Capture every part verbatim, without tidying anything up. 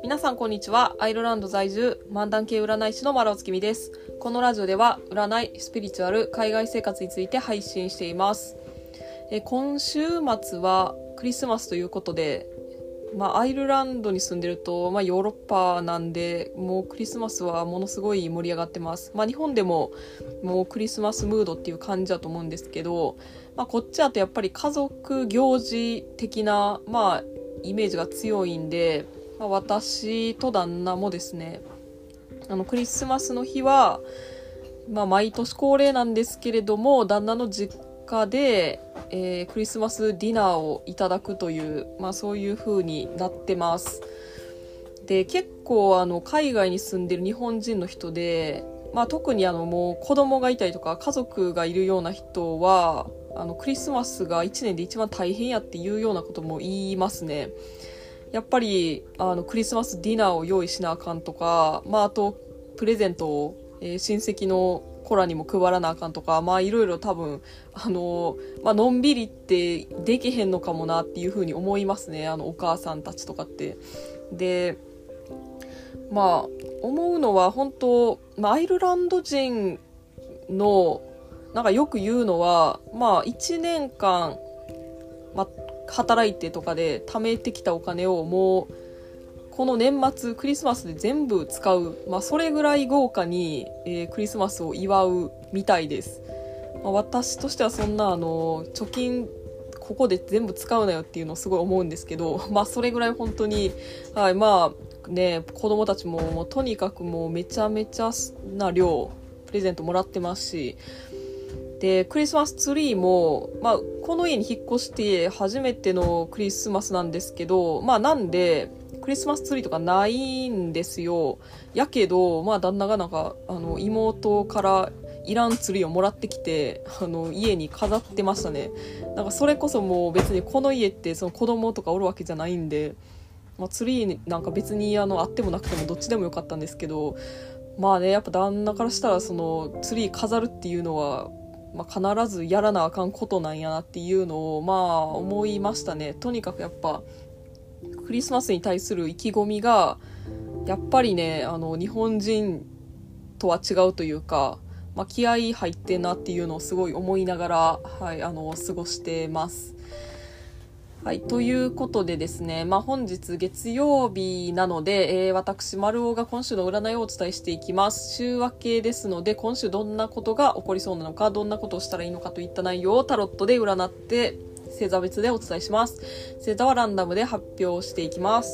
皆さんこんにちは。アイルランド在住漫談系占い師の丸尾月美です。このラジオでは占い、スピリチュアル、海外生活について配信しています。え今週末はクリスマスということで、まあ、アイルランドに住んでると、まあ、ヨーロッパなんでもうクリスマスはものすごい盛り上がってます。まあ、日本でももうクリスマスムードっていう感じだと思うんですけど、まあ、こっちだとやっぱり家族行事的な、まあ、イメージが強いんで、まあ、私と旦那もですね、あのクリスマスの日は、まあ、毎年恒例なんですけれども、旦那の実家で、えー、クリスマスディナーをいただくという、まあ、そういう風になってます。で、結構あの海外に住んでる日本人の人で、まあ、特にあのもう子供がいたりとか家族がいるような人はあのクリスマスがいちねんで一番大変やっていうようなことも言いますね。やっぱりあのクリスマスディナーを用意しなあかんとか、まあ、あとプレゼントを、えー、親戚の子らにも配らなあかんとか、まあいろいろ多分あの、まあのんびりってできへんのかもなっていうふうに思いますね。あのお母さんたちとかって。で、まあ思うのは本当、まあ、アイルランド人のなんかよく言うのは、まあいちねんかん、まあ、働いてとかで貯めてきたお金をもうこの年末クリスマスで全部使う、まあ、それぐらい豪華に、えー、クリスマスを祝うみたいです。まあ、私としてはそんなあの貯金ここで全部使うなよっていうのをすごい思うんですけど、まあそれぐらい本当に、はい、まあね、子供たちも、もうとにかくもうめちゃめちゃな量プレゼントもらってますし、でクリスマスツリーも、まあ、この家に引っ越して初めてのクリスマスなんですけど、まあなんでクリスマスツリーとかないんですよ。やけど、まあ、旦那がなんかあの妹からいらんツリーをもらってきて、あの家に飾ってましたね。なんかそれこそもう別にこの家ってその子供とかおるわけじゃないんで、まあ、ツリーなんか別にあのあってもなくてもどっちでもよかったんですけど、まあね、やっぱ旦那からしたらそのツリー飾るっていうのは、まあ、必ずやらなあかんことなんやなっていうのをまあ思いましたね。とにかくやっぱクリスマスに対する意気込みがやっぱりね、あの日本人とは違うというか、まあ、気合い入ってんなっていうのをすごい思いながら、はい、あの過ごしてます。はい、ということでですね、まあ、本日月曜日なので、えー、私丸尾が今週の占いをお伝えしていきます。週明けですので、今週どんなことが起こりそうなのか、どんなことをしたらいいのかといった内容をタロットで占って星座別でお伝えします。星座はランダムで発表していきます。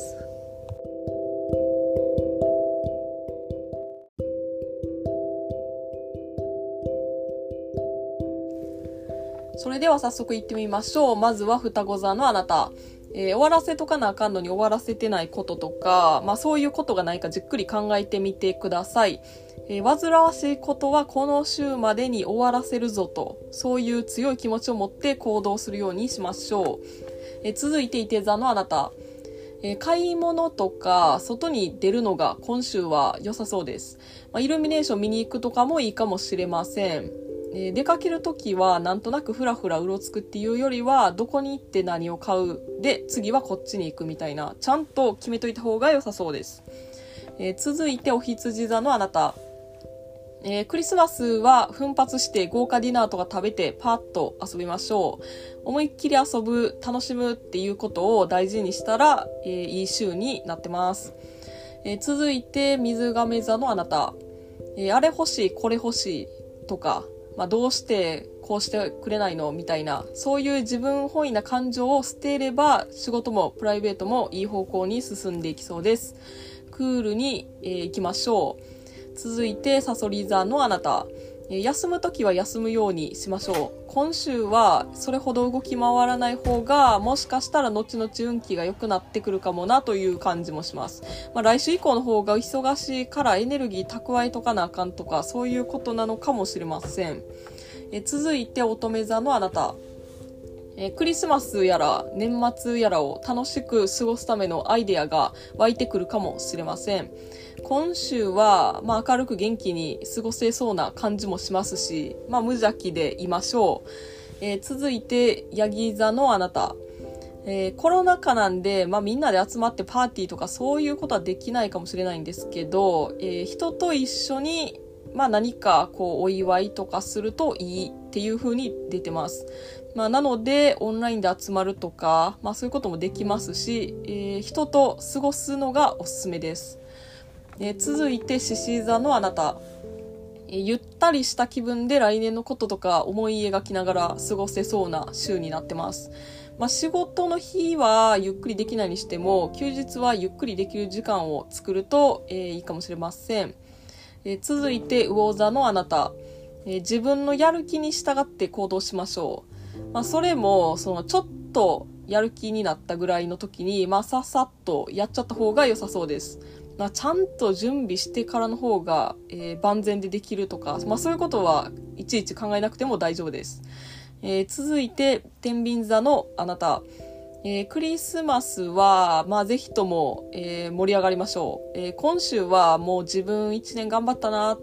それでは早速行ってみましょう。まずは双子座のあなた。えー、終わらせとかなあかんのに終わらせてないこととか、まあそういうことがないかじっくり考えてみてください。えー、煩わしいことはこの週までに終わらせるぞと、そういう強い気持ちを持って行動するようにしましょう。えー、続いて、いて座のあなた。えー、買い物とか外に出るのが今週は良さそうです。まあ、イルミネーション見に行くとかもいいかもしれません。えー、出かけるときはなんとなくフラフラうろつくっていうよりは、どこに行って何を買うで次はこっちに行くみたいな、ちゃんと決めといた方が良さそうです。えー、続いて、お羊座のあなた。えー、クリスマスは奮発して豪華ディナーとか食べてパーッと遊びましょう。思いっきり遊ぶ、楽しむっていうことを大事にしたら、えー、いい週になってます。えー、続いて、水亀座のあなた。えー、あれ欲しいこれ欲しいとか、まあ、どうしてこうしてくれないのみたいな、そういう自分本位な感情を捨てれば仕事もプライベートもいい方向に進んでいきそうです。クールに、えー、行きましょう。続いて、さそり座のあなた。えー、休むときは休むようにしましょう。今週はそれほど動き回らない方が、もしかしたら後々運気が良くなってくるかもなという感じもします。まあ、来週以降の方が忙しいからエネルギー蓄えとかなあかんとか、そういうことなのかもしれません。えー、続いて、乙女座のあなた。えー、クリスマスやら年末やらを楽しく過ごすためのアイデアが湧いてくるかもしれません。今週は、まあ、明るく元気に過ごせそうな感じもしますし、まあ、無邪気でいましょう。えー、続いて、ヤギ座のあなた。 えー、コロナ禍なんで、まあみんなで集まってパーティーとかそういうことはできないかもしれないんですけど、えー、人と一緒に、まあ何かこうお祝いとかするといいっていう風に出てます。まあなのでオンラインで集まるとか、まあそういうこともできますし、えー、人と過ごすのがおすすめです。えー、続いて獅子座のあなた。ゆったりした気分で来年のこととか思い描きながら過ごせそうな週になってます。まあ、仕事の日はゆっくりできないにしても、休日はゆっくりできる時間を作ると、えー、いいかもしれません。えー、続いて魚座のあなた、えー、自分のやる気に従って行動しましょう。まあ、それもそのちょっとやる気になったぐらいの時に、まあ、さっさっとやっちゃった方が良さそうです。まあ、ちゃんと準備してからの方が、えー、万全でできるとか、まあ、そういうことはいちいち考えなくても大丈夫です。えー、続いて天秤座のあなた、えー、クリスマスは、まあ、ぜひとも、えー、盛り上がりましょう。えー、今週はもう自分一年頑張ったなって、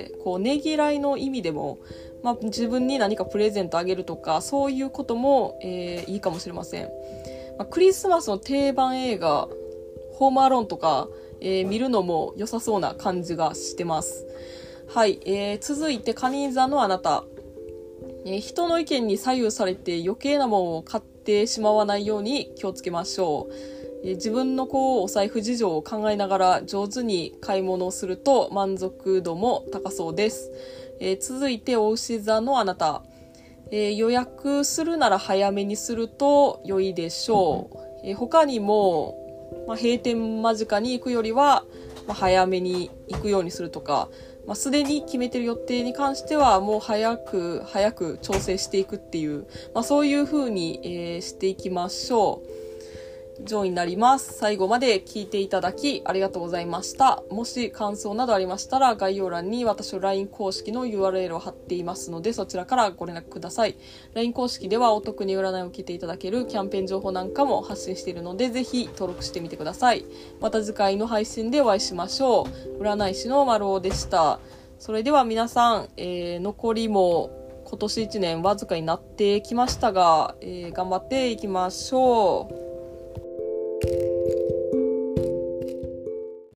こう、ねぎらいの意味でも、まあ、自分に何かプレゼントあげるとか、そういうことも、えー、いいかもしれません。まあ、クリスマスの定番映画、ホームアローンとか、えー、見るのも良さそうな感じがしてます。はい、えー、続いて蟹座のあなた、えー、人の意見に左右されて余計なものを買ってしまわないように気をつけましょう。えー、自分のこうお財布事情を考えながら上手に買い物をすると満足度も高そうです。えー、続いて牡牛座のあなた、えー、予約するなら早めにすると良いでしょう。えー、他にもまあ、閉店間近に行くよりは、まあ、早めに行くようにするとか、まあ、すでに決めてる予定に関してはもう早く早く調整していくっていう、まあ、そういう風に、えー、していきましょう。以上になります。最後まで聞いていただきありがとうございました。もし感想などありましたら概要欄に私の ライン 公式の ユーアールエル を貼っていますので、そちらからご連絡ください。ライン 公式ではお得に占いを受けていただけるキャンペーン情報なんかも発信しているので、ぜひ登録してみてください。また次回の配信でお会いしましょう。占い師のまるおでした。それでは皆さん、えー、残りも今年いちねんわずかになってきましたが、えー、頑張っていきましょう。